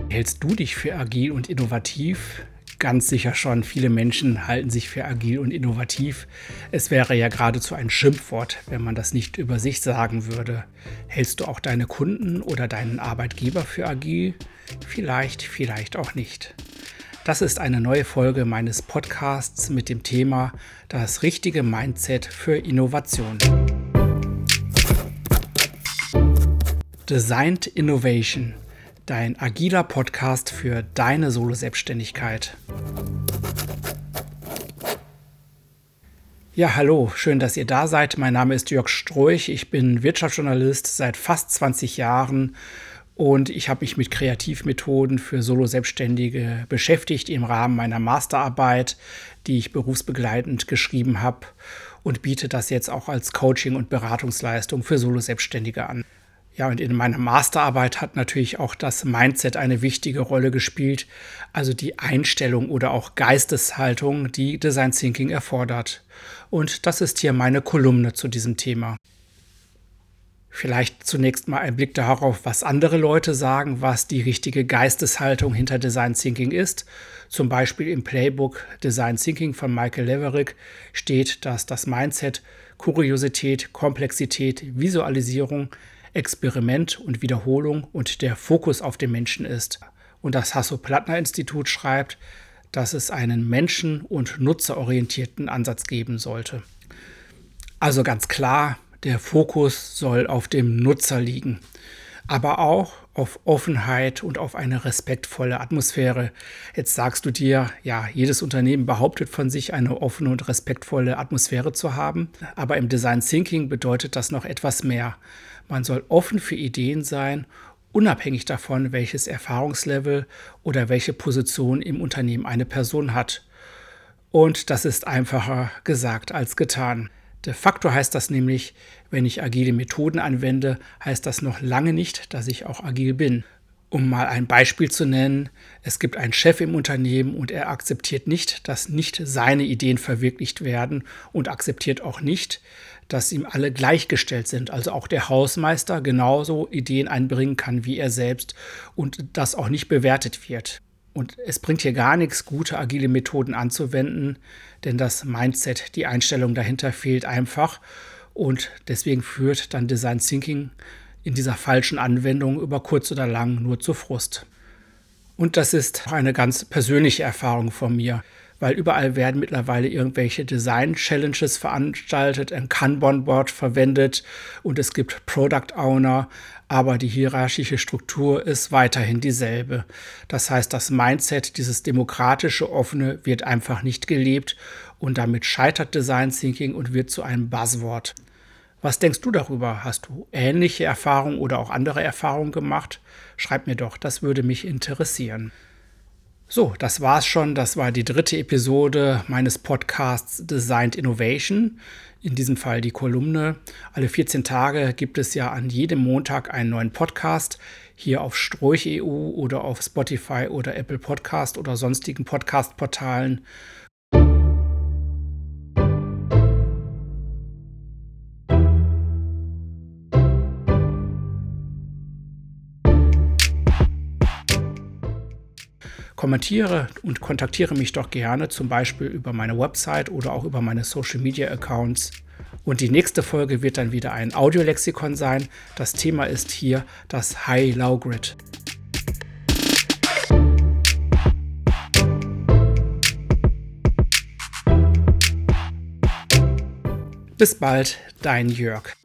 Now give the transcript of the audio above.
Hältst du dich für agil und innovativ? Ganz sicher schon. Viele Menschen halten sich für agil und innovativ. Es wäre ja geradezu ein Schimpfwort, wenn man das nicht über sich sagen würde. Hältst du auch deine Kunden oder deinen Arbeitgeber für agil? Vielleicht, vielleicht auch nicht. Das ist eine neue Folge meines Podcasts mit dem Thema Das richtige Mindset für Innovation. Designed Innovation. Dein agiler Podcast für deine Solo-Selbstständigkeit. Ja, hallo, schön, dass ihr da seid. Mein Name ist Jörg Stroich. Ich bin Wirtschaftsjournalist seit fast 20 Jahren und ich habe mich mit Kreativmethoden für Solo-Selbstständige beschäftigt im Rahmen meiner Masterarbeit, die ich berufsbegleitend geschrieben habe, und biete das jetzt auch als Coaching- und Beratungsleistung für Solo-Selbstständige an. Ja, und in meiner Masterarbeit hat natürlich auch das Mindset eine wichtige Rolle gespielt, also die Einstellung oder auch Geisteshaltung, die Design Thinking erfordert. Und das ist hier meine Kolumne zu diesem Thema. Vielleicht zunächst mal ein Blick darauf, was andere Leute sagen, was die richtige Geisteshaltung hinter Design Thinking ist. Zum Beispiel im Playbook Design Thinking von Michael Leverick steht, dass das Mindset Kuriosität, Komplexität, Visualisierung, Experiment und Wiederholung und der Fokus auf den Menschen ist. Und das Hasso-Plattner-Institut schreibt, dass es einen menschen- und nutzerorientierten Ansatz geben sollte. Also ganz klar, der Fokus soll auf dem Nutzer liegen, aber auch auf Offenheit und auf eine respektvolle Atmosphäre. Jetzt sagst du dir, ja, jedes Unternehmen behauptet von sich, eine offene und respektvolle Atmosphäre zu haben, aber im Design Thinking bedeutet das noch etwas mehr. Man soll offen für Ideen sein, unabhängig davon, welches Erfahrungslevel oder welche Position im Unternehmen eine Person hat. Und das ist einfacher gesagt als getan. De facto heißt das nämlich, wenn ich agile Methoden anwende, heißt das noch lange nicht, dass ich auch agil bin. Um mal ein Beispiel zu nennen, es gibt einen Chef im Unternehmen und er akzeptiert nicht, dass nicht seine Ideen verwirklicht werden und akzeptiert auch nicht, dass ihm alle gleichgestellt sind. Also auch der Hausmeister genauso Ideen einbringen kann wie er selbst und das auch nicht bewertet wird. Und es bringt hier gar nichts, gute agile Methoden anzuwenden, denn das Mindset, die Einstellung dahinter fehlt einfach und deswegen führt dann Design Thinking in dieser falschen Anwendung über kurz oder lang nur zu Frust. Und das ist eine ganz persönliche Erfahrung von mir, weil überall werden mittlerweile irgendwelche Design-Challenges veranstaltet, ein Kanban-Board verwendet und es gibt Product Owner, aber die hierarchische Struktur ist weiterhin dieselbe. Das heißt, das Mindset, dieses demokratische, offene, wird einfach nicht gelebt und damit scheitert Design Thinking und wird zu einem Buzzword. Was denkst du darüber? Hast du ähnliche Erfahrungen oder auch andere Erfahrungen gemacht? Schreib mir doch, das würde mich interessieren. So, das war's schon. Das war die 3. Episode meines Podcasts Designed Innovation. In diesem Fall die Kolumne. Alle 14 Tage gibt es ja an jedem Montag einen neuen Podcast. Hier auf Stroich.eu oder auf Spotify oder Apple Podcast oder sonstigen Podcast-Portalen. Kommentiere und kontaktiere mich doch gerne, zum Beispiel über meine Website oder auch über meine Social-Media-Accounts. Und die nächste Folge wird dann wieder ein Audiolexikon sein. Das Thema ist hier das High-Low-Grid. Bis bald, dein Jörg.